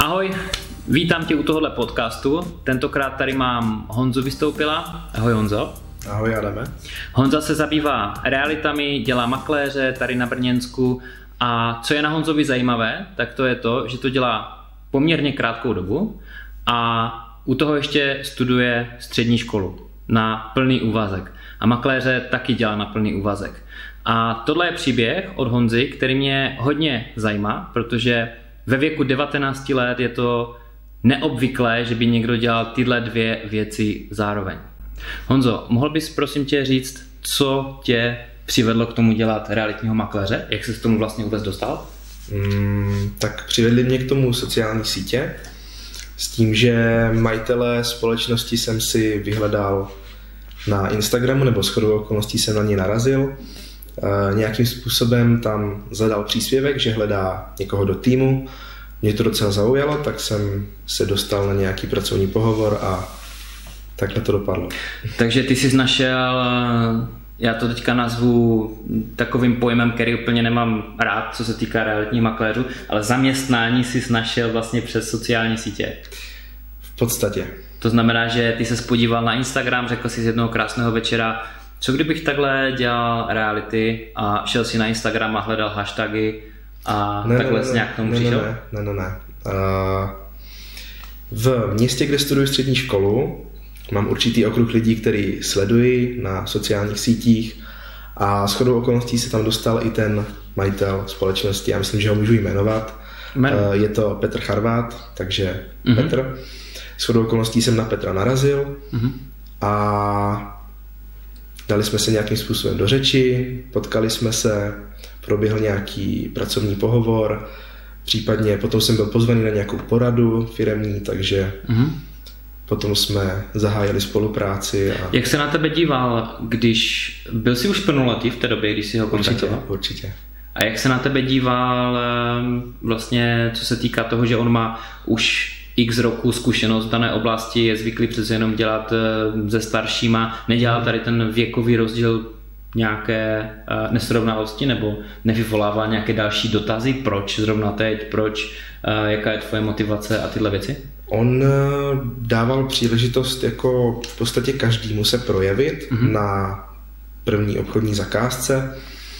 Ahoj, vítám tě u tohohle podcastu. Tentokrát tady mám Honzu Vystoupila. Ahoj Honzo. Ahoj Adame. Honza se zabývá realitami, dělá makléře tady na Brněnsku a co je na Honzovi zajímavé, tak to je to, že to dělá poměrně krátkou dobu a u toho ještě studuje střední školu na plný úvazek a makléře taky dělá na plný úvazek. A tohle je příběh od Honzy, který mě hodně zajímá, protože ve věku 19 let je to neobvyklé, že by někdo dělal tyhle dvě věci zároveň. Honzo, mohl bys prosím tě říct, co tě přivedlo k tomu dělat realitního makléře? Jak jsi k tomu vlastně vůbec dostal? Tak přivedli mě k tomu sociální sítě s tím, že majitele společnosti jsem si vyhledal na Instagramu, nebo shodou okolností jsem na něj narazil. Nějakým způsobem tam zadal příspěvek, že hledá někoho do týmu. Mě to docela zaujalo, tak jsem se dostal na nějaký pracovní pohovor a takhle to dopadlo. Takže ty jsi našel, já to teďka nazvu takovým pojmem, který úplně nemám rád, co se týká realitních makléřů, ale zaměstnání jsi našel vlastně přes sociální sítě. V podstatě. To znamená, že ty se podíval na Instagram, řekl jsi z jednoho krásného večera, co kdybych takhle dělal reality a šel si na Instagram a hledal hashtagy a takhle jsi nějak k tomu přišel? Ne. V městě, kde studuji střední školu, mám určitý okruh lidí, který sleduji na sociálních sítích a shodou okolností se tam dostal i ten majitel společnosti, já myslím, že ho můžu jmenovat. Je to Petr Charvát, takže Petr. Shodou okolností jsem na Petra narazil a dali jsme se nějakým způsobem do řeči, potkali jsme se, proběhl nějaký pracovní pohovor, případně potom jsem byl pozvaný na nějakou poradu firemní, takže potom jsme zahájili spolupráci. A... Jak se na tebe díval, když byl jsi už plnoletý v té době, když jsi ho kontaktoval? Určitě. A jak se na tebe díval vlastně, co se týká toho, že on má už x roku zkušenost v dané oblasti, je zvyklý přece jenom dělat se staršíma, nedělá tady ten věkový rozdíl nějaké nesrovnalosti nebo nevyvolává nějaké další dotazy, proč zrovna teď, proč, jaká je tvoje motivace a tyhle věci? On dával příležitost jako v podstatě každému se projevit na první obchodní zakázce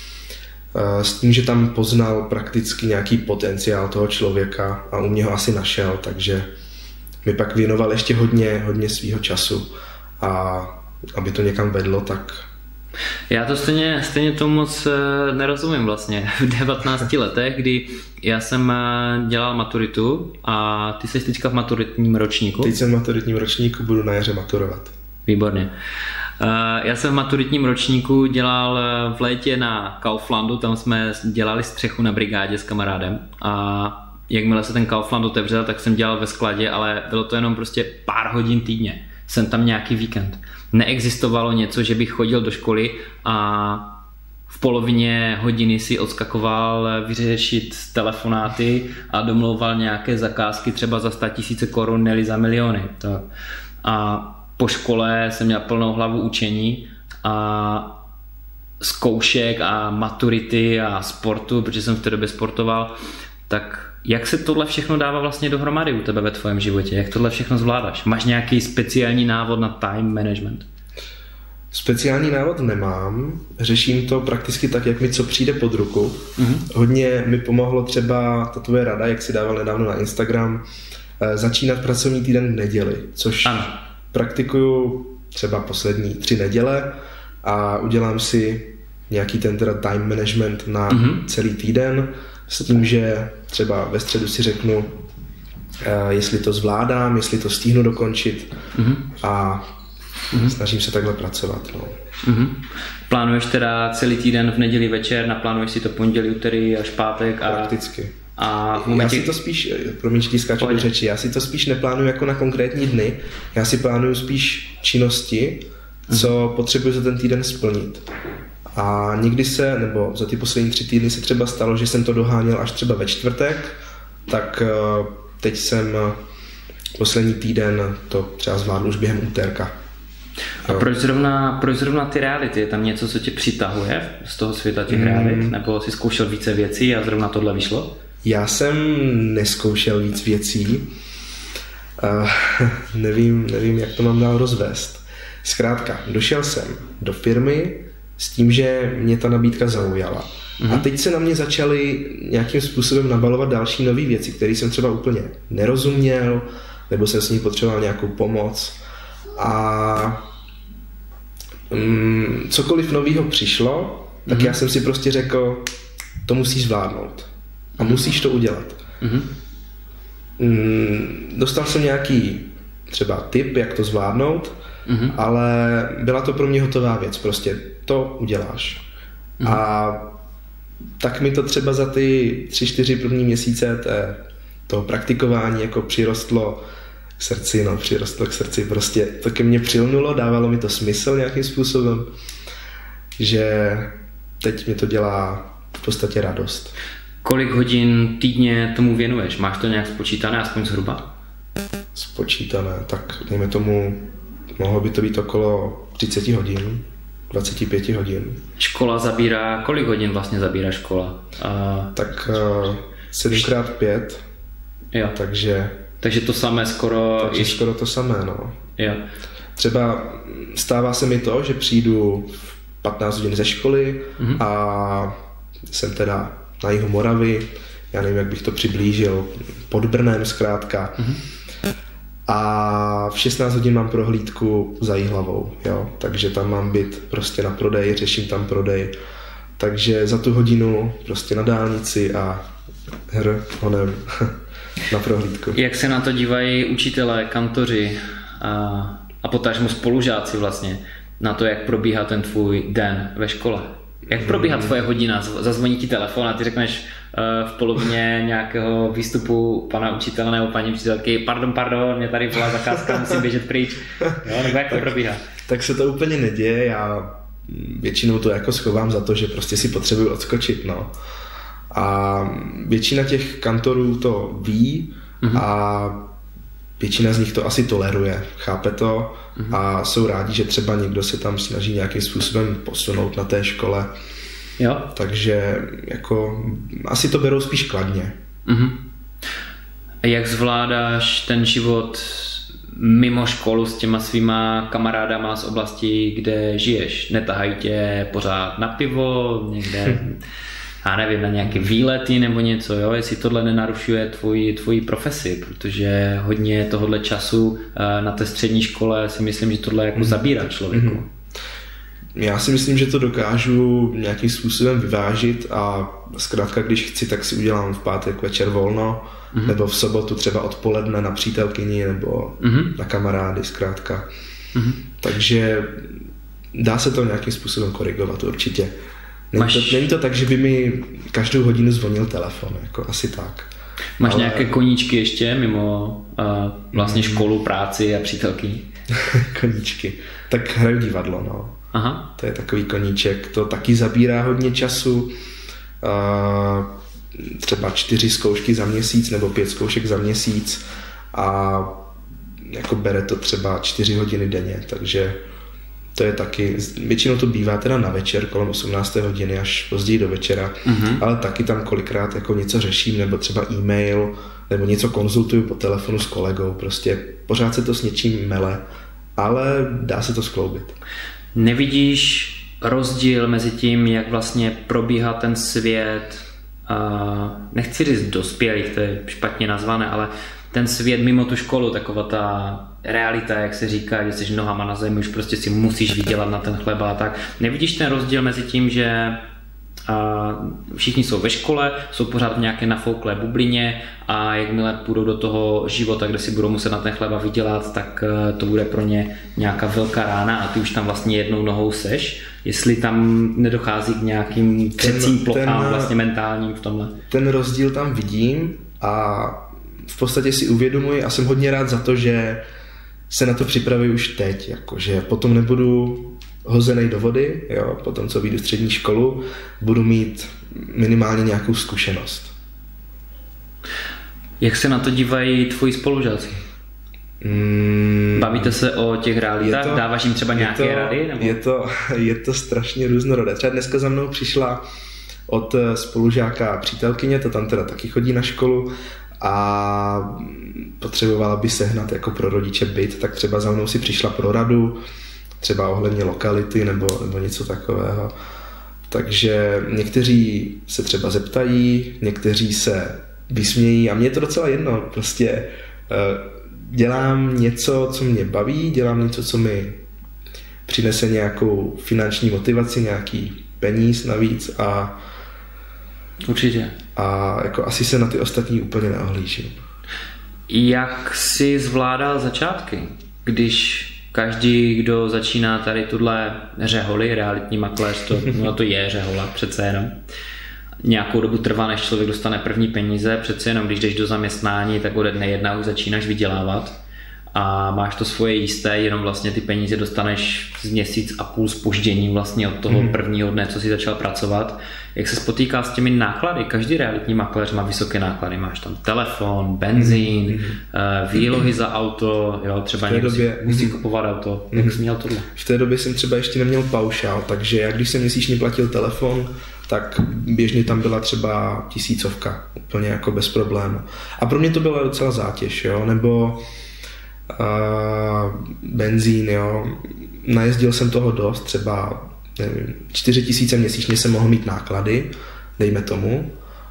s tím, že tam poznal prakticky nějaký potenciál toho člověka a u mě ho asi našel, takže mi pak věnoval ještě hodně svýho času a aby to někam vedlo, tak... Já to stejně tomu moc nerozumím vlastně. V 19 letech, kdy já jsem dělal maturitu a ty jsi teďka v maturitním ročníku. Teď jsem v maturitním ročníku, budu na jaře maturovat. Výborně. Já jsem v maturitním ročníku dělal v létě na Kauflandu, tam jsme dělali střechu na brigádě s kamarádem a jakmile se ten Kaufland otevřel, tak jsem dělal ve skladě, ale bylo to jenom prostě pár hodin týdně. Jsem tam nějaký víkend. Neexistovalo něco, že bych chodil do školy a v polovině hodiny si odskakoval vyřešit telefonáty a domlouval nějaké zakázky třeba za 100 000 korun, ne za miliony. A po škole jsem měl plnou hlavu učení a zkoušek a maturity a sportu, protože jsem v té době sportoval. Tak jak se tohle všechno dává vlastně dohromady u tebe ve tvém životě? Jak tohle všechno zvládáš? Máš nějaký speciální návod na time management? Speciální návod nemám. Řeším to prakticky tak, jak mi co přijde pod ruku. Hodně mi pomohlo třeba ta tvoje rada, jak si dával nedávno na Instagram, začínat pracovní týden v neděli, což praktikuju třeba poslední 3 neděle a udělám si nějaký ten teda time management na celý týden s tím, že třeba ve středu si řeknu, jestli to zvládám, jestli to stihnu dokončit a snažím se takhle pracovat. No. Plánuješ teda celý týden v neděli večer, naplánuješ si to pondělí, úterý až pátek? Prakticky. A v momentě... Já si to spíš, skáču do řeči, já si to spíš neplánuju jako na konkrétní dny, já si plánuju spíš činnosti, co potřebuji za ten týden splnit. A někdy se, nebo za ty poslední 3 týdny se třeba stalo, že jsem to doháněl až třeba ve čtvrtek, tak teď jsem poslední týden to třeba zvládl už během úterka. A proč zrovna ty reality? Je tam něco, co tě přitahuje z toho světa těch realit? Nebo jsi zkoušel více věcí a zrovna tohle vyšlo? Já jsem neskoušel víc věcí. Nevím, jak to mám dál rozvést. Zkrátka, došel jsem do firmy s tím, že mě ta nabídka zaujala. A teď se na mě začaly nějakým způsobem nabalovat další nové věci, které jsem třeba úplně nerozuměl, nebo jsem s ní potřeboval nějakou pomoc. A cokoliv nového přišlo, tak já jsem si prostě řekl, to musíš zvládnout. A musíš to udělat. Dostal jsem nějaký třeba tip, jak to zvládnout, ale byla to pro mě hotová věc. Prostě to uděláš. A tak mi to třeba za ty 3-4 první měsíce toho praktikování jako přirostlo k srdci, prostě to ke mně přilnulo, dávalo mi to smysl nějakým způsobem, že teď mi to dělá v podstatě radost. Kolik hodin týdně tomu věnuješ? Máš to nějak spočítané, aspoň zhruba? Spočítané, tak dejme tomu, mohlo by to být okolo 30 hodin, 25 hodin. Škola zabírá, kolik hodin vlastně zabírá škola? Tak 7x5, jo. Takže to samé skoro... skoro to samé, no. Jo. Třeba stává se mi to, že přijdu v 15 hodin ze školy a jsem teda na jihu Moravy, já nevím, jak bych to přiblížil, pod Brnem zkrátka. A v 16 hodin mám prohlídku za Jihlavou, jo, takže tam mám být prostě na prodej, řeším tam prodej. Takže za tu hodinu prostě na dálnici a honem na prohlídku. Jak se na to dívají učitelé, kantoři a potažmo spolužáci vlastně na to, jak probíhá ten tvůj den ve škole? Jak probíhá tvoje hodina? Zazvoní ti telefon a ty řekneš v polovině nějakého výstupu pana učitele nebo paní učitelky pardon, mě tady byla zakázka, musím běžet pryč. Jo, nebo jak to probíhá? Tak se to úplně neděje, já většinou to jako schovám za to, že prostě si potřebuji odskočit, no. A většina těch kantorů to ví a většina z nich to asi toleruje, chápe to a jsou rádi, že třeba někdo se tam snaží nějakým způsobem posunout na té škole. Jo. Takže jako asi to berou spíš kladně. A jak zvládáš ten život mimo školu s těma svýma kamarádama z oblasti, kde žiješ? Netahají tě pořád na pivo, někde... já nevím, na nějaké výlety nebo něco, jo? Jestli tohle nenarušuje tvoji profesi, protože hodně tohohle času na té střední škole si myslím, že tohle jako zabírá člověku. Já si myslím, že to dokážu nějakým způsobem vyvážit a zkrátka, když chci, tak si udělám v pátek večer volno, nebo v sobotu třeba odpoledne na přítelkyni nebo na kamarády, zkrátka. Takže dá se to nějakým způsobem korigovat určitě. Není to tak, že by mi každou hodinu zvonil telefon, jako asi tak. Máš nějaké koníčky ještě mimo vlastně školu, práci a přítelky? Koníčky. Tak hraju divadlo, no. Aha. To je takový koníček, to taky zabírá hodně času. Třeba 4 zkoušky za měsíc nebo 5 zkoušek za měsíc a jako bere to třeba 4 hodiny denně, takže to je taky, většinou to bývá teda na večer, kolem 18. hodiny až později do večera, ale taky tam kolikrát jako něco řeším, nebo třeba e-mail, nebo něco konzultuju po telefonu s kolegou, prostě pořád se to s něčím mele, ale dá se to skloubit. Nevidíš rozdíl mezi tím, jak vlastně probíhá ten svět, nechci říct dospělých, to je špatně nazvané, ale ten svět mimo tu školu, taková ta realita, jak se říká, že jsi nohama na zemi, už prostě si musíš vydělat na ten chleba a tak. Nevidíš ten rozdíl mezi tím, že všichni jsou ve škole, jsou pořád v nějaké nafouklé bublině a jakmile půjdou do toho života, kde si budou muset na ten chleba vydělat, tak to bude pro ně nějaká velká rána a ty už tam vlastně jednou nohou seš, jestli tam nedochází k nějakým třecím plochám vlastně mentálním v tomhle. Ten rozdíl tam vidím a v podstatě si uvědomuji a jsem hodně rád za to, že se na to připravuji už teď, jakože potom nebudu hozenej do vody, jo, potom co vyjdu střední školu, budu mít minimálně nějakou zkušenost. Jak se na to dívají tvoji spolužáci? Bavíte se o těch realitách? Dáváš jim třeba nějaké rady? Nebo? Je to strašně různorodé. Třeba dneska za mnou přišla od spolužáka a přítelkyně, to tam teda taky chodí na školu a potřebovala by sehnat jako pro rodiče byt, tak třeba za mnou si přišla pro radu, třeba ohledně lokality nebo něco takového. Takže někteří se třeba zeptají, někteří se vysmějí a mně je to docela jedno, prostě dělám něco, co mě baví, dělám něco, co mi přinese nějakou finanční motivaci, nějaký peníz navíc a určitě. A jako asi se na ty ostatní úplně neohlížím. Jak jsi zvládal začátky, když každý, kdo začíná tady tuhle řeholi, realitní makléř, to je řehola přece jenom. Nějakou dobu trvá, než člověk dostane první peníze, přece jenom když jdeš do zaměstnání, tak ode dne jedna už začínáš vydělávat a máš to svoje jisté, jenom vlastně ty peníze dostaneš z měsíc a půl zpožděním vlastně od toho prvního dne, co jsi začal pracovat. Jak se potýká s těmi náklady? Každý realitní makléř má vysoké náklady. Máš tam telefon, benzín, výlohy za auto, jo, třeba někdo musí kupovat auto. Jak jsi měl tohle? V té době jsem třeba ještě neměl paušál, takže jak když jsem měsíčně platil telefon, tak běžně tam byla třeba 1000, úplně jako bez problému. A pro mě to byla docela zátěž, jo, nebo benzín, jo. Najezdil jsem toho dost, třeba nevím, 4000 měsíčně jsem mohl mít náklady, dejme tomu.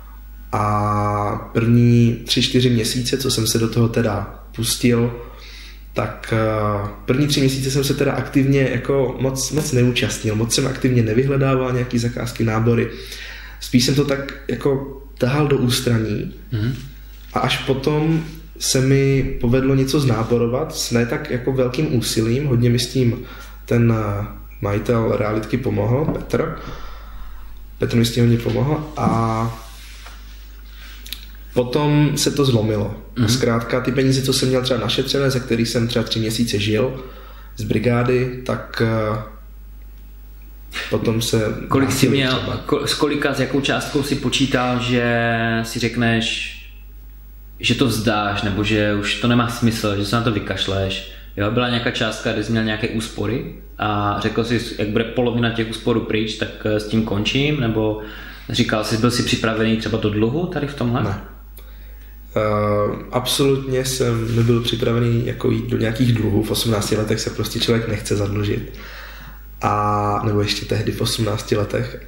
A první 3-4 měsíce, co jsem se do toho teda pustil, tak první 3 měsíce jsem se teda aktivně jako moc neúčastnil, moc jsem aktivně nevyhledával nějaký zakázky, nábory. Spíš jsem to tak jako tahal do ústraní a až potom se mi povedlo něco znáborovat s ne tak jako velkým úsilím, hodně mi s tím ten majitel realitky pomohl, Petr mi s tím hodně pomohl a potom se to zlomilo. Zkrátka ty peníze, co jsem měl třeba našetřené, za který jsem třeba 3 měsíce žil z brigády, tak potom se... Kolik jsi měl, s jakou částkou si počítal, že si řekneš, že to vzdáš, nebo že už to nemá smysl, že se na to vykašleš. Jo, byla nějaká částka, kde jsi měl nějaké úspory a řekl jsi, jak bude polovina těch úsporů pryč, tak s tím končím, nebo říkal jsi, byl jsi připravený třeba do dluhu tady v tomhle? Ne. Absolutně jsem nebyl připravený jako jít do nějakých dluhů. V 18 letech se prostě člověk nechce zadlužit. Nebo ještě tehdy v 18 letech.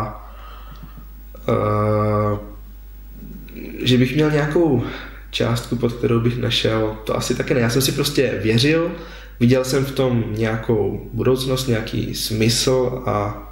Že bych měl nějakou částku, pod kterou bych našel, to asi taky ne. Já jsem si prostě věřil, viděl jsem v tom nějakou budoucnost, nějaký smysl a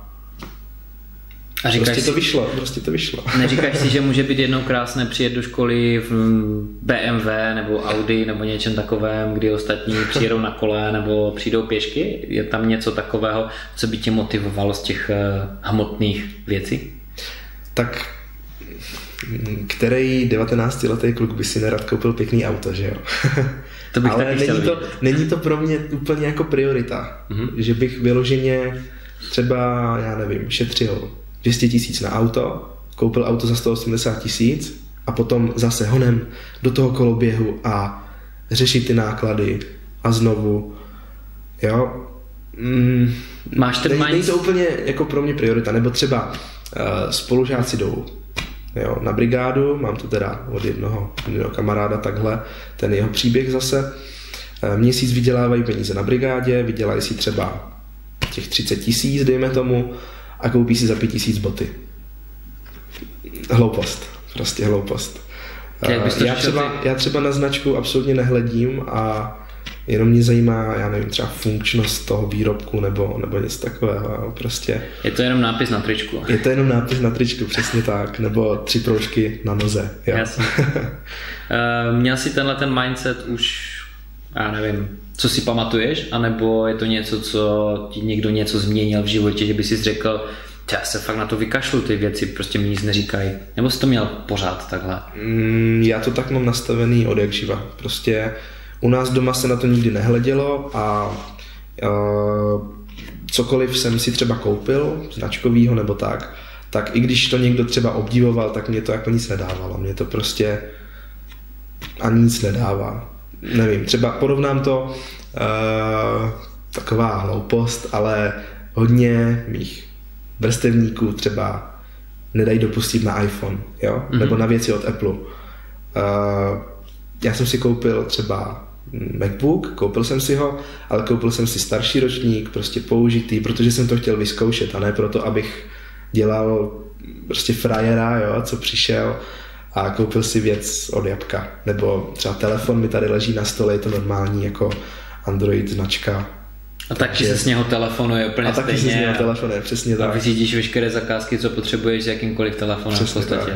prostě to vyšlo. Neříkáš si, že může být jednou krásné přijet do školy v BMW nebo Audi nebo něčem takovém, kdy ostatní přijedou na kole nebo přijdou pěšky? Je tam něco takového, co by tě motivovalo z těch hmotných věcí? Tak který 19letý kluk by si nerad koupil pěkný auto, že jo? To bych ale není to pro mě úplně jako priorita, že bych vyloženě třeba, já nevím, šetřil 200 000 na auto, koupil auto za 180 000 a potom zase honem do toho koloběhu a řešit ty náklady a znovu, jo. Máš ten není to úplně jako pro mě priorita, nebo třeba spolužáci jdou na brigádu, mám to teda od jednoho kamaráda takhle, ten jeho příběh zase, měsíc vydělávají peníze na brigádě, vydělají si třeba těch 30 000, dejme tomu, a koupí si za 5 000 boty. Hloupost. Prostě hloupost. Já třeba na značku absolutně nehledím a jenom mě zajímá, já nevím, třeba funkčnost toho výrobku nebo něco takového. Prostě. Je to jenom nápis na tričku. Je to jenom nápis na tričku, přesně tak. Nebo 3 proužky na noze. Jo. Jasně. Měl jsi ten mindset už, já nevím, co si pamatuješ, anebo je to něco, co ti někdo něco změnil v životě, že by si řekl, já se fakt na to vykašlu, ty věci prostě mi nic neříkají. Nebo jsi to měl pořád takhle? Já to tak mám nastavený od jak živa. Prostě u nás doma se na to nikdy nehledělo a cokoliv jsem si třeba koupil, značkovýho nebo tak i když to někdo třeba obdivoval, tak mě to jako nic nedávalo. Mě to prostě ani nic nedává. Nevím, třeba porovnám to, taková hloupost, ale hodně mých vrstevníků třeba nedají dopustit na iPhone, jo? Nebo na věci od Apple. Já jsem si koupil třeba MacBook, koupil jsem si ho, ale koupil jsem si starší ročník, prostě použitý, protože jsem to chtěl vyzkoušet a ne proto, abych dělal prostě frajera, jo, co přišel a koupil si věc od Jabka. Nebo třeba telefon mi tady leží na stole, je to normální jako Android značka. A taky se z něho telefonuje úplně stejně. A taky se z něho telefonuje, přesně tak. A vyřídíš veškeré zakázky, co potřebuješ s jakýmkoliv telefonem v podstatě.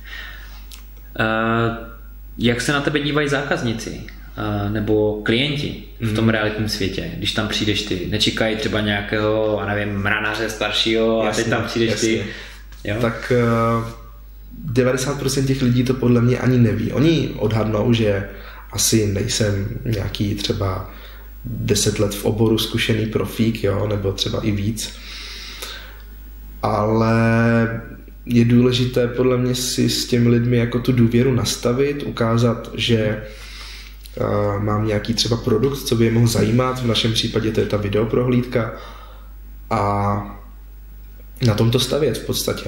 Jak se na tebe dívají zákazníci? Nebo klienti v tom realitním světě, když tam přijdeš ty, nečekají třeba nějakého, nevím, mranaře staršího a teď tam přijdeš ty. Jo? Tak 90% těch lidí to podle mě ani neví. Oni odhadnou, že asi nejsem nějaký třeba 10 let v oboru zkušený profík, jo, nebo třeba i víc. Ale je důležité podle mě si s těmi lidmi jako tu důvěru nastavit, ukázat, že mám nějaký třeba produkt, co by je mohl zajímat, v našem případě to je ta videoprohlídka a na tom to stavět v podstatě.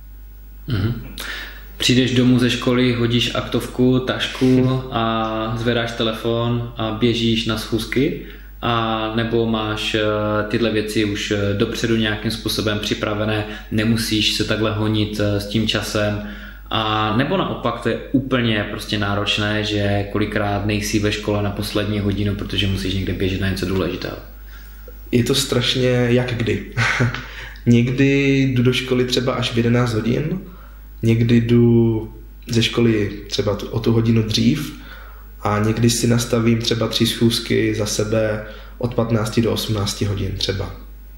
Přijdeš domů ze školy, hodíš aktovku, tašku a zvedáš telefon a běžíš na schůzky, a nebo máš tyhle věci už dopředu nějakým způsobem připravené, nemusíš se takhle honit s tím časem, a nebo naopak to je úplně prostě náročné, že kolikrát nejsi ve škole na poslední hodinu, protože musíš někde běžet na něco důležitého. Je to strašně jak kdy. Někdy jdu do školy třeba až v 11 hodin, někdy jdu ze školy třeba o tu hodinu dřív a někdy si nastavím třeba 3 schůzky za sebe od 15 do 18 hodin třeba.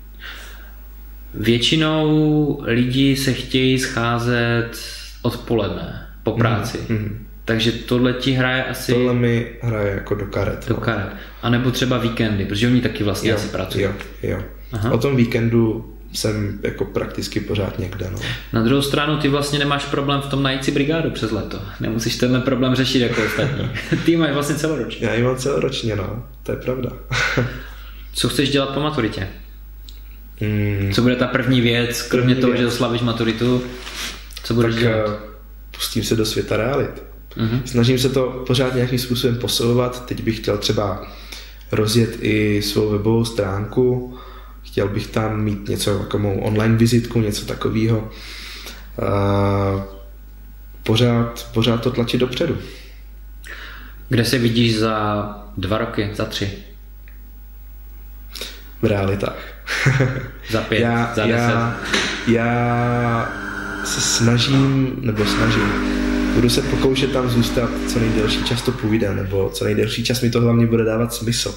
Většinou lidi se chtějí scházet odpoledne po práci. Takže tohle ti hraje asi... Tohle mi hraje jako do karet. Do karet. A nebo třeba víkendy, protože oni taky vlastně asi pracují. Jo. O tom víkendu jsem jako prakticky pořád někde. No. Na druhou stranu ty vlastně nemáš problém v tom najít si brigádu přes léto. Nemusíš tenhle problém řešit jako ostatní. Ty máš vlastně celoročně. Já ji mám celoročně, no. To je pravda. Co chceš dělat po maturitě? Co bude ta první věc, kromě toho, že oslavíš maturitu? Co budeš dělat? Pustím se do světa realit. Snažím se to pořád nějakým způsobem posouvat. Teď bych chtěl třeba rozjet i svou webovou stránku. Chtěl bych tam mít něco jako mou online vizitku, něco takového. Pořád to tlačit dopředu. Kde se vidíš za 2 roky, za 3? V realitách. Za 5, za 10? Já se snažím, budu se pokoušet tam zůstat co nejdelší čas to půjde, nebo co nejdelší čas mi to hlavně bude dávat smysl.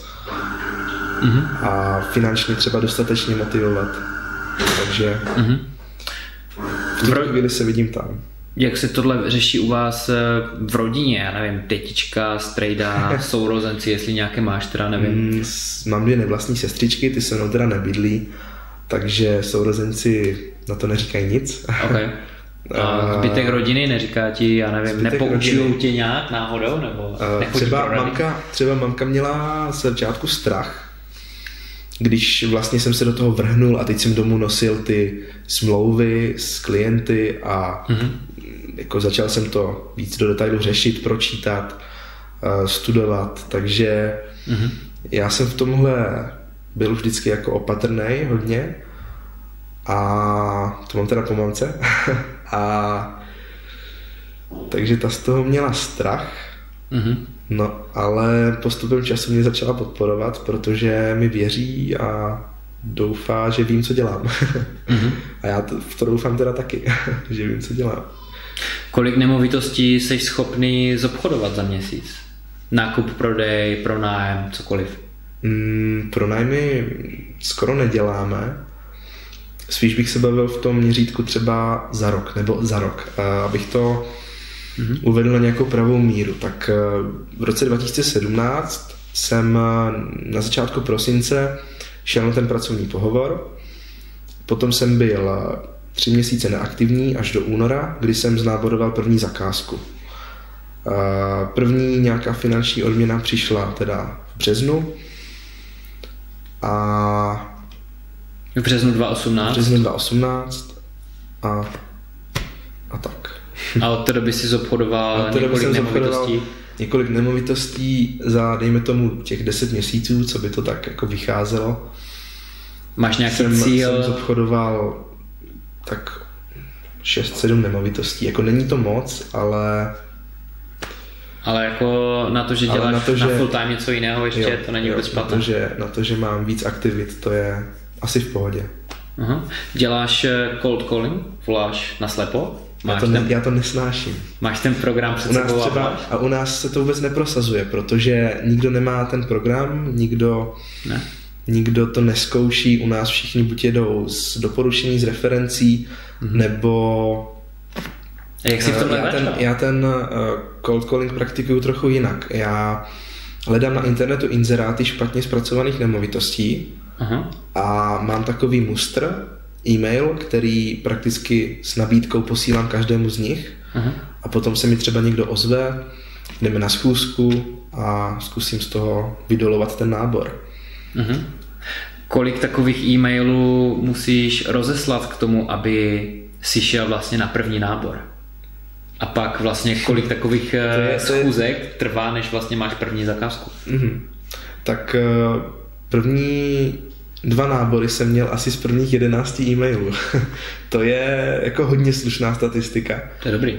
A finančně třeba dostatečně motivovat. Takže v tuto chvíli se vidím tam. Jak se tohle řeší u vás v rodině? Já nevím, tetička, strejda, sourozenci, jestli nějaké máš, teda nevím. Mám 2 nevlastní sestřičky, ty se mnou teda nebydlí, takže sourozenci na to neříkají nic. Okay. A zbytek rodiny neříká ti, já nevím, nepoučujou tě nějak náhodou? Nebo třeba mamka měla z začátku strach, když vlastně jsem se do toho vrhnul a teď jsem domů nosil ty smlouvy s klienty a jako začal jsem to víc do detailu řešit, pročítat, studovat, takže já jsem v tomhle byl vždycky jako opatrnej hodně a to mám teda po mamce a takže ta z toho měla strach. No, ale postupem času mě začala podporovat, protože mi věří a doufá, že vím, co dělám. A já v to doufám teda taky, že vím, co dělám. Kolik nemovitostí jsi schopný zobchodovat za měsíc? Nákup, prodej, pronájem, cokoliv? Pronájmy skoro neděláme. Spíš bych se bavil v tom měřítku třeba za rok, nebo za rok. Abych to uvedl na nějakou pravou míru. Tak v roce 2017 jsem na začátku prosince šel na ten pracovní pohovor. Potom jsem byl 3 měsíce neaktivní až do února, kdy jsem znáboroval první zakázku. První nějaká finanční odměna přišla teda v březnu. V březnu 2018? V březnu 2018 a a tak. A od té doby jsi obchodoval několik nemovitostí? Několik nemovitostí za, dejme tomu, těch 10 měsíců, co by to tak jako vycházelo. Máš nějaký cíl? Jsem obchodoval tak 6-7 nemovitostí. Jako není to moc, ale jako na to, že děláš na full time něco jiného ještě, jo, to není vůbec špatné. Na to, že mám víc aktivit, to je asi v pohodě. Aha. Děláš cold calling? Voláš naslepo? Já to nesnáším. Máš ten program před sebou a u nás se to vůbec neprosazuje, protože nikdo nemá ten program, nikdo to neskouší. U nás všichni buď jedou z doporučení, z referencí, nebo... A jak si v tomhle já ten cold calling praktikuju trochu jinak. Já hledám na internetu inzeráty špatně zpracovaných nemovitostí. Aha. A mám takový mustr, e-mail, který prakticky s nabídkou posílám každému z nich. Aha. A potom se mi třeba někdo ozve, jdeme na schůzku a zkusím z toho vydolovat ten nábor. Aha. Kolik takových e-mailů musíš rozeslat k tomu, aby si šel vlastně na první nábor? A pak vlastně kolik takových schůzek trvá, než vlastně máš první zakázku? Tak první 2 nábory jsem měl asi z prvních 11 e-mailů. To je jako hodně slušná statistika. To je dobrý.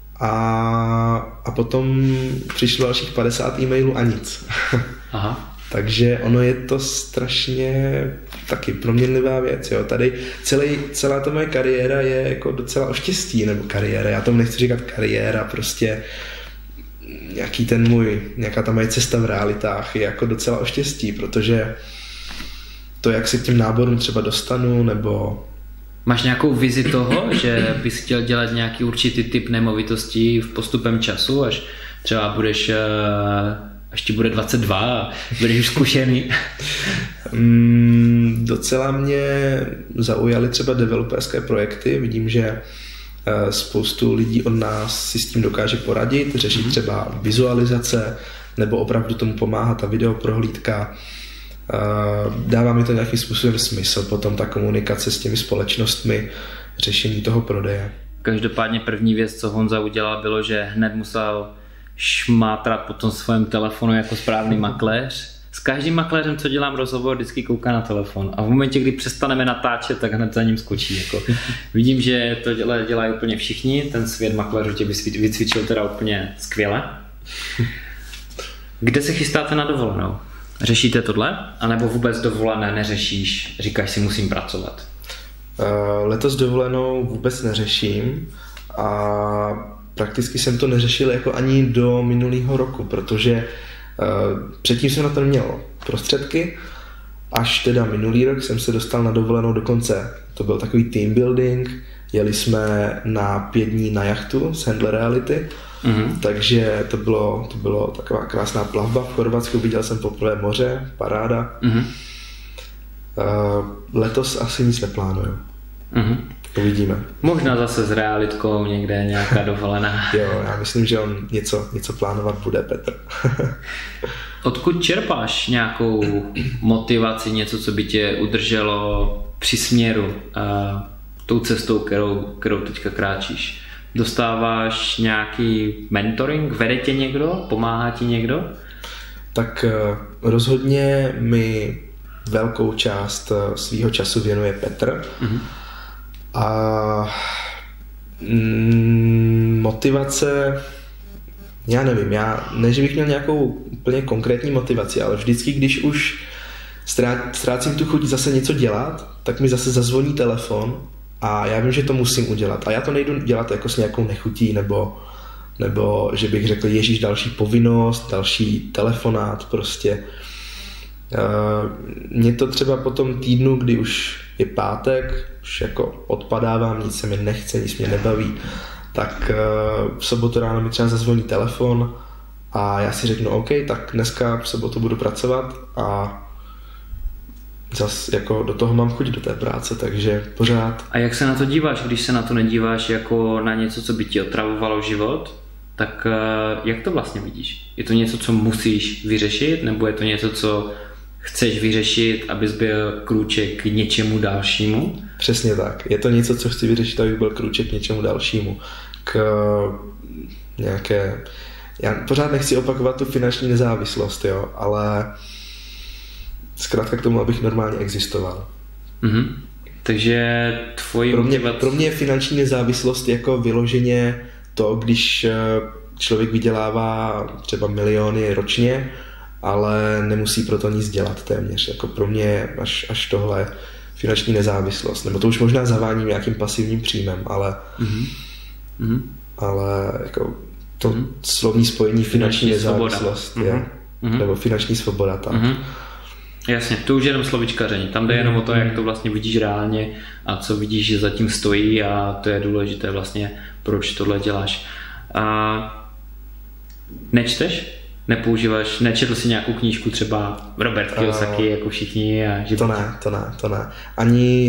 A potom přišlo dalších 50 e-mailů a nic. Aha. Takže ono je to strašně taky proměnlivá věc. Jo. Tady celá ta moje kariéra je jako docela o štěstí, nebo kariéra, já tomu nechci říkat kariéra, prostě nějaká ta moje cesta v realitách je jako docela o štěstí, protože to, jak se k těm náborům třeba dostanu, nebo... Máš nějakou vizi toho, že bys chtěl dělat nějaký určitý typ nemovitostí v postupem času, až třeba až ti bude 22 a budeš už zkušený? Docela mě zaujaly třeba developerské projekty. Vidím, že spoustu lidí od nás si s tím dokáže poradit, řešit třeba vizualizace, nebo opravdu tomu pomáhá ta videoprohlídka. Dává mi to nějakým způsobem smysl, potom ta komunikace s těmi společnostmi, řešení toho prodeje. Každopádně první věc, co Honza udělal, bylo, že hned musel šmátrat po tom svém telefonu jako správný makléř. S každým makléřem, co dělám rozhovor, vždycky kouká na telefon. A v momentě, kdy přestaneme natáčet, tak hned za ním skočí. Jako. Vidím, že to dělají úplně všichni. Ten svět makléřů tě vycvičil teda úplně skvěle. Kde se chystáte na dovolenou? Řešíte tohle? A nebo vůbec dovolené neřešíš? Říkáš si, musím pracovat. Letos dovolenou vůbec neřeším a prakticky jsem to neřešil jako ani do minulého roku, protože předtím jsem na to neměl prostředky, až teda minulý rok jsem se dostal na dovolenou dokonce. To byl takový team building, jeli jsme na 5 dní na jachtu z Handle Reality, takže to bylo taková krásná plavba v Chorvatsku, viděl jsem poprvé moře, paráda. Letos asi nic neplánuju. Uvidíme. Možná zase s realitkou někde nějaká dovolená. Jo, já myslím, že on něco plánovat bude, Petr. Odkud čerpáš nějakou motivaci, něco, co by tě udrželo při směru tou cestou, kterou teďka kráčíš? Dostáváš nějaký mentoring? Vede tě někdo? Pomáhá ti někdo? Tak rozhodně mi velkou část svýho času věnuje Petr. A motivace, já nevím, ne, že bych měl nějakou úplně konkrétní motivaci, ale vždycky, když už ztrácím tu chuť zase něco dělat, tak mi zase zazvoní telefon a já vím, že to musím udělat. A já to nejdu dělat jako s nějakou nechutí, nebo že bych řekl, ježíš, další povinnost, další telefonát, prostě. Mě to třeba po tom týdnu, kdy už je pátek, už jako odpadávám, nic se mi nechce, nic mě nebaví, tak v sobotu ráno mi třeba zazvoní telefon a já si řeknu, OK, tak dneska v sobotu budu pracovat a zas jako do toho mám chuť do té práce, takže pořád. A jak se na to díváš, když se na to nedíváš jako na něco, co by ti otravovalo život, tak jak to vlastně vidíš? Je to něco, co musíš vyřešit, nebo je to něco, co chceš vyřešit, abys byl krůček k něčemu dalšímu? Přesně tak. Je to něco, co chci vyřešit, abych byl krůček k něčemu dalšímu. K nějaké... Já pořád nechci opakovat tu finanční nezávislost, jo, ale zkrátka k tomu, abych normálně existoval. Mm-hmm. Takže pro mě je finanční nezávislost jako vyloženě to, když člověk vydělává třeba miliony ročně, ale nemusí pro to nic dělat téměř. Jako pro mě až tohle finanční nezávislost. Nebo to už možná zaváním nějakým pasivním příjmem, ale jako to slovní spojení finanční nezávislost je, nebo finanční svoboda. Tak. Jasně, to už je jenom slovičkaření. Tam jde jenom o to, jak to vlastně vidíš reálně a co vidíš, že zatím stojí, a to je důležité vlastně, proč tohle děláš. A nečteš? Nepoužíváš, nečetl si nějakou knížku třeba Robert Kiyosaki jako všichni? A že... To ne. Ani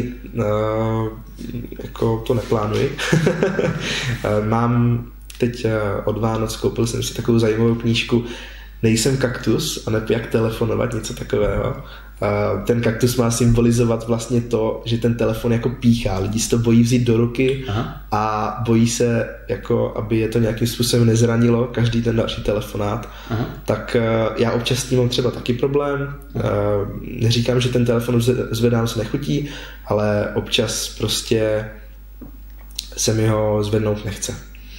jako to neplánuji. Mám teď od Vánoc, koupil jsem si takovou zajímavou knížku Nejsem kaktus a ne jak telefonovat, něco takového. Ten kaktus má symbolizovat vlastně to, že ten telefon jako píchá. Lidi se to bojí vzít do ruky a bojí se, jako, aby je to nějakým způsobem nezranilo, každý ten další telefonát. Tak já občas s tím mám třeba taky problém. Neříkám, že ten telefon zvedám se nechutí, ale občas prostě se mi ho zvednout nechce.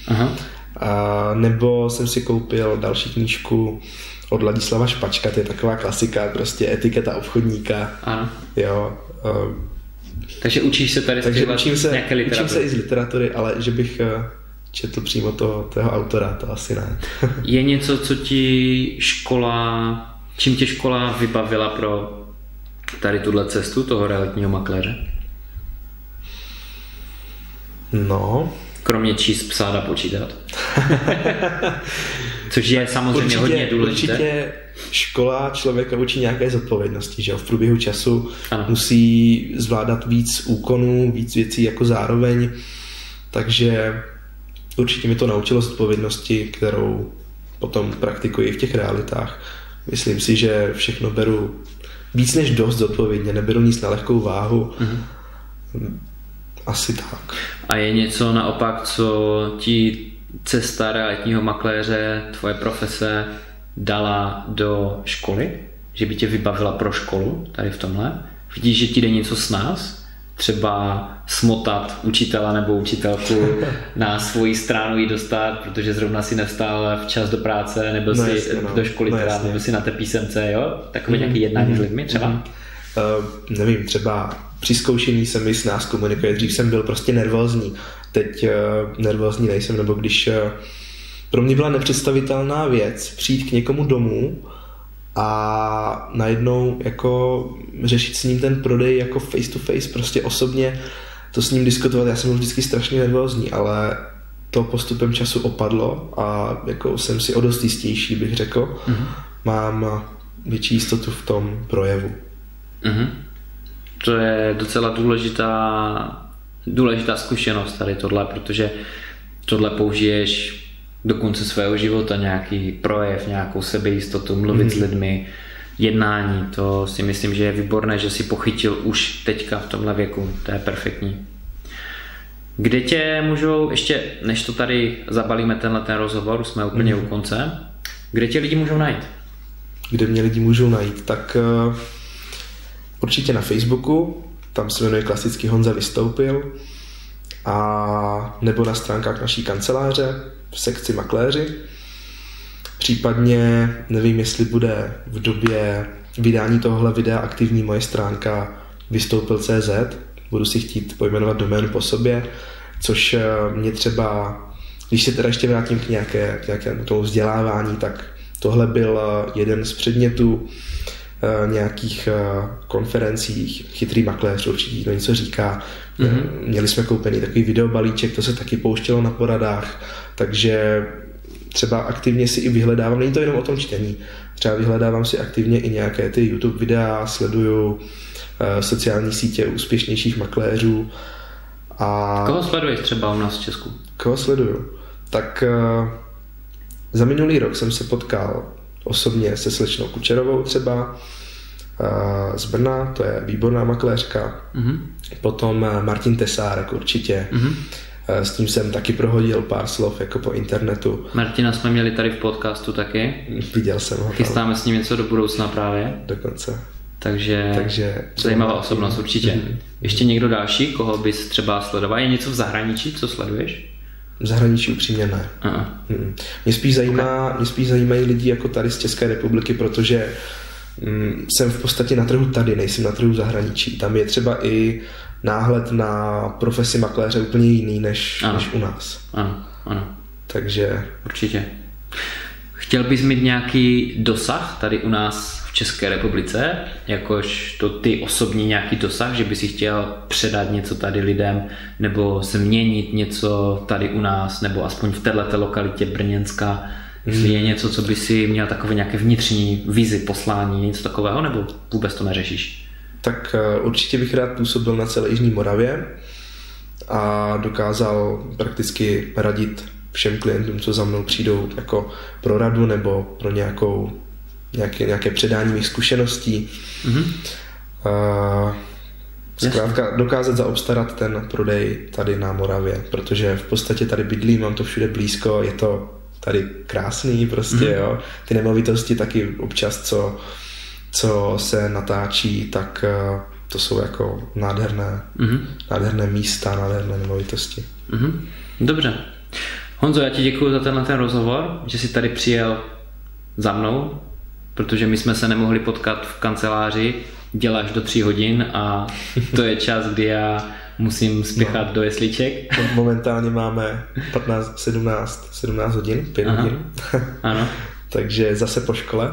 Nebo jsem si koupil další knížku od Ladislava Špačka, to je taková klasika, prostě etiketa obchodníka. Jo. Takže učíš se tady nějaké literatury? Učím se i z literatury, ale že bych četl přímo toho autora, to asi ne. Je něco, co čím tě škola vybavila pro tady tuhle cestu toho realitního makléře? No... Kromě číst, psát a počítat. Což je samozřejmě hodně důležité. Určitě škola člověka učí nějaké zodpovědnosti, že v průběhu času musí zvládat víc úkonů, víc věcí jako zároveň, takže určitě mi to naučilo zodpovědnosti, kterou potom praktikuji v těch realitách. Myslím si, že všechno beru víc než dost zodpovědně, neberu nic na lehkou váhu. Asi tak. A je něco naopak, co ti cesta realitního makléře, tvoje profese dala do školy? Že by tě vybavila pro školu tady v tomhle? Vidíš, že ti jde něco s nás? Třeba smotat učitela nebo učitelku na svoji stranu jí dostat, protože zrovna si nevstal včas do práce, nebyl si do školy, nebyl si na té písemce, jo? Takové nějaké jednání s lidmi třeba? Nevím, třeba při zkoušení se mi s nás komunikuje. Dřív jsem byl prostě nervózní. Teď nervózní nejsem, nebo když pro mě byla nepředstavitelná věc přijít k někomu domů a najednou jako řešit s ním ten prodej jako face to face, prostě osobně to s ním diskutovat. Já jsem byl vždycky strašně nervózní, ale to postupem času opadlo a jako jsem si o dost jistější, bych řekl. Mám větší jistotu v tom projevu. To je docela důležitá zkušenost tady tohle, protože tohle použiješ do konce svého života, nějaký projev, nějakou sebejistotu, mluvit s lidmi, jednání, to si myslím, že je výborné, že si pochytil už teďka v tomhle věku, to je perfektní. Kde tě můžou, ještě než to tady zabalíme ten rozhovor, jsme úplně u konce, kde tě lidi můžou najít? Kde mě lidi můžou najít, tak určitě na Facebooku, tam se jmenuje klasicky Honza Vystoupil, a nebo na stránkách naší kanceláře v sekci makléři. Případně nevím, jestli bude v době vydání tohohle videa aktivní moje stránka vystoupil.cz, budu si chtít pojmenovat doménu po sobě, což mě třeba, když se teda ještě vrátím k nějakému tomu vzdělávání, tak tohle byl jeden z předmětů nějakých konferencí. Chytrý makléř určitě to něco říká. Měli jsme koupený takový videobalíček, to se taky pouštělo na poradách, takže třeba aktivně si i vyhledávám, není to jenom o tom čtení, třeba vyhledávám si aktivně i nějaké ty YouTube videa, sleduju sociální sítě úspěšnějších makléřů. A koho sleduješ třeba u nás v Česku? Koho sleduju? Tak za minulý rok jsem se potkal osobně se slečnou Kučerovou třeba, z Brna, to je výborná makléřka. Potom Martin Tesárek určitě. S tím jsem taky prohodil pár slov jako po internetu. Martina jsme měli tady v podcastu taky. Viděl jsem ho. Chystáme s ním něco do budoucna právě. Dokonce. Takže zajímavá osobnost určitě. Ještě někdo další, koho bys třeba sledoval? Je něco v zahraničí, co sleduješ? V zahraničí upřímně ne. Mě spíš zajímají lidi jako tady z České republiky, protože jsem v podstatě na trhu tady, nejsem na trhu v zahraničí. Tam je třeba i náhled na profesi makléře úplně jiný než u nás. Ano. Takže určitě. Chtěl bys mít nějaký dosah tady u nás v České republice, jakož to ty osobní nějaký dosah, že by si chtěl předat něco tady lidem, nebo změnit něco tady u nás, nebo aspoň v této lokalitě brněnská, jestli je něco, co by si měl takové nějaké vnitřní vizi, poslání, něco takového, nebo vůbec to neřešíš? Tak určitě bych rád působil na celé jižní Moravě a dokázal prakticky radit všem klientům, co za mnou přijdou jako pro radu nebo pro nějaké předání mých zkušeností. Zkrátka dokázat zaobstarat ten prodej tady na Moravě, protože v podstatě tady bydlím, mám to všude blízko, je to tady krásný prostě, jo. Ty nemovitosti taky občas, co se natáčí, tak to jsou jako nádherné místa, nádherné nemovitosti. Dobře. Honzo, já ti děkuji za ten rozhovor, že jsi tady přijel za mnou, protože my jsme se nemohli potkat v kanceláři, děláš do 3 hodin a to je čas, kdy já musím spěchat do jesliček. Momentálně máme 17 hodin, 5 hodin. Ano. Takže zase po škole.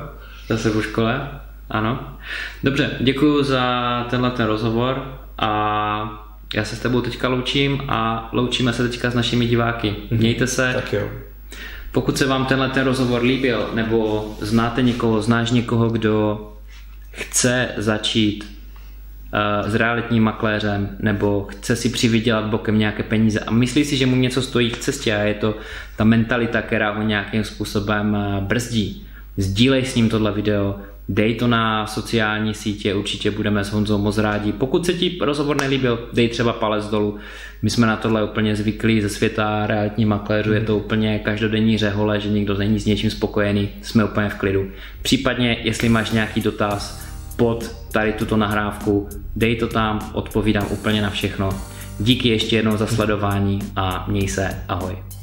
Ano. Dobře, děkuji za ten rozhovor a já se s tebou teďka loučím a loučíme se teďka s našimi diváky. Mějte se. Tak jo. Pokud se vám ten rozhovor líbil, nebo znáš někoho, kdo chce začít s realitním makléřem, nebo chce si přivydělat bokem nějaké peníze a myslí si, že mu něco stojí v cestě a je to ta mentalita, která ho nějakým způsobem brzdí. Sdílej s ním tohle video, dej to na sociální sítě, určitě budeme s Honzou moc rádi. Pokud se ti rozhovor nelíbil, dej třeba palec dolů. My jsme na tohle úplně zvyklí ze světa realitních makléřů, je to úplně každodenní řehole, že nikdo není s něčím spokojený, jsme úplně v klidu. Případně, jestli máš nějaký dotaz pod tady tuto nahrávku, dej to tam, odpovídám úplně na všechno. Díky ještě jednou za sledování a měj se, ahoj.